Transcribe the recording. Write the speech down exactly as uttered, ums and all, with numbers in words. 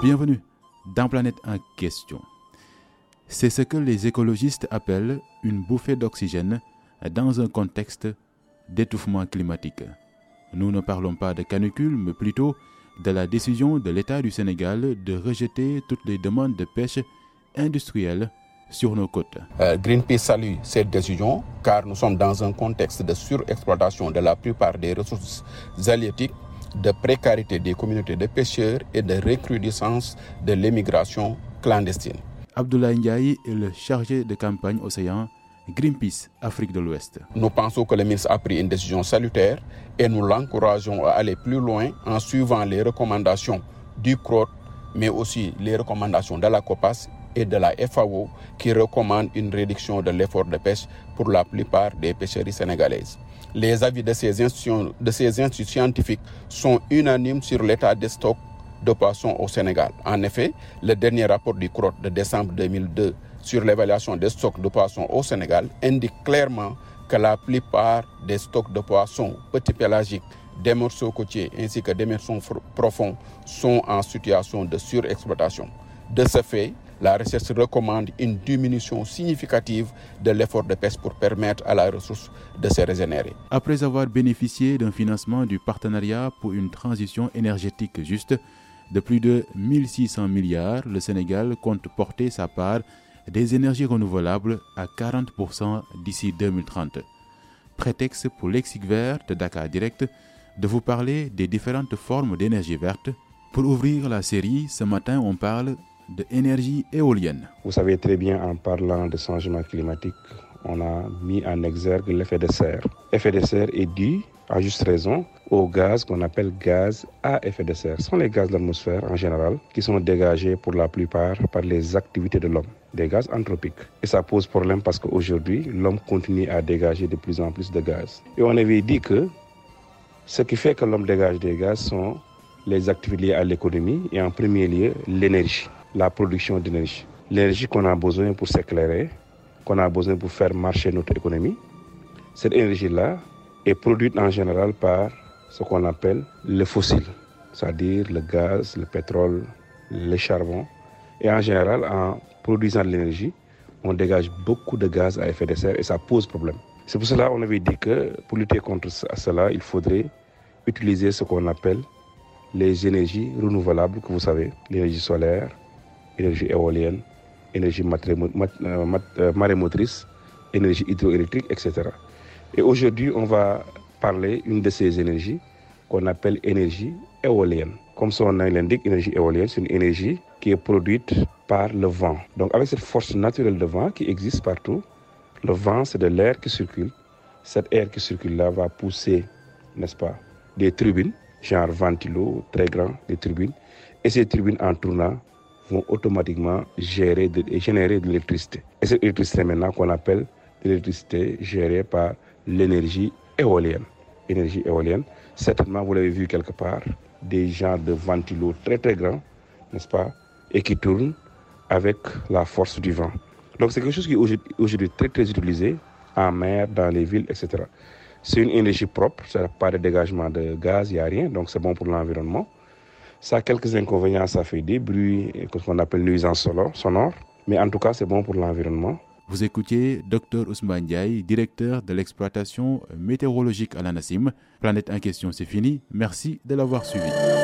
Bienvenue dans Planète en question. C'est ce que les écologistes appellent une bouffée d'oxygène dans un contexte d'étouffement climatique. Nous ne parlons pas de canicule, mais plutôt de la décision de l'État du Sénégal de rejeter toutes les demandes de pêche industrielle sur nos côtes. Euh, Greenpeace salue cette décision car nous sommes dans un contexte de surexploitation de la plupart des ressources halieutiques, de précarité des communautés de pêcheurs et de recrudescence de l'émigration clandestine. Abdoulaye Ndiaye est le chargé de campagne Océan Greenpeace Afrique de l'Ouest. Nous pensons que le ministre a pris une décision salutaire et nous l'encourageons à aller plus loin en suivant les recommandations du C R O D, mais aussi les recommandations de la COPAS et de la F A O qui recommandent une réduction de l'effort de pêche pour la plupart des pêcheries sénégalaises. Les avis de ces institutions, de ces instituts scientifiques sont unanimes sur l'état des stocks de poissons au Sénégal. En effet, le dernier rapport du C R O D de décembre deux mille deux sur l'évaluation des stocks de poissons au Sénégal indique clairement que la plupart des stocks de poissons petits pélagiques, démersaux côtiers ainsi que démersaux profonds sont en situation de surexploitation. De ce fait, la recherche recommande une diminution significative de l'effort de pêche pour permettre à la ressource de se régénérer. Après avoir bénéficié d'un financement du partenariat pour une transition énergétique juste de plus de mille six cents milliards, le Sénégal compte porter sa part des énergies renouvelables à quarante pour cent d'ici deux mille trente. Prétexte pour l'Exic Vert de Dakar Direct de vous parler des différentes formes d'énergie verte. Pour ouvrir la série, ce matin, on parle de énergie éolienne. Vous savez très bien, en parlant de changement climatique, on a mis en exergue l'effet de serre. L'effet de serre est dû, à juste raison, aux gaz qu'on appelle gaz à effet de serre. Ce sont les gaz de l'atmosphère en général qui sont dégagés pour la plupart par les activités de l'homme, des gaz anthropiques. Et ça pose problème parce qu'aujourd'hui, l'homme continue à dégager de plus en plus de gaz. Et on avait dit que ce qui fait que l'homme dégage des gaz sont les activités liées à l'économie et en premier lieu l'énergie, la production d'énergie. L'énergie qu'on a besoin pour s'éclairer, qu'on a besoin pour faire marcher notre économie, cette énergie-là est produite en général par ce qu'on appelle le fossile, c'est-à-dire le gaz, le pétrole, le charbon. Et en général, en produisant de l'énergie, on dégage beaucoup de gaz à effet de serre et ça pose problème. C'est pour cela qu'on avait dit que pour lutter contre cela, il faudrait utiliser ce qu'on appelle les énergies renouvelables, que vous savez, l'énergie solaire, énergie éolienne, énergie marémotrice, énergie hydroélectrique, et cetera. Et aujourd'hui, on va parler d'une de ces énergies qu'on appelle énergie éolienne. Comme son nom l'indique, énergie éolienne, c'est une énergie qui est produite par le vent. Donc avec cette force naturelle de vent qui existe partout, le vent, c'est de l'air qui circule. Cet air qui circule-là va pousser, n'est-ce pas, des turbines, genre ventilo, très grands, des turbines. Et ces turbines, en tournant, vont automatiquement gérer de, générer de l'électricité. Et cette électricité maintenant qu'on appelle l'électricité gérée par l'énergie éolienne. Énergie éolienne, certainement vous l'avez vu quelque part, des genres de ventilos très très grands, n'est-ce pas, et qui tournent avec la force du vent. Donc c'est quelque chose qui est aujourd'hui très très utilisé en mer, dans les villes, et cetera. C'est une énergie propre, ça n'a pas de dégagement de gaz, il n'y a rien, donc c'est bon pour l'environnement. Ça a quelques inconvénients, ça fait des bruits, ce qu'on appelle nuisances sonores, mais en tout cas c'est bon pour l'environnement. Vous écoutez Dr Ousmane Ndiaye, directeur de l'exploitation météorologique à l'ANACIM. Planète en question, c'est fini. Merci de l'avoir suivi.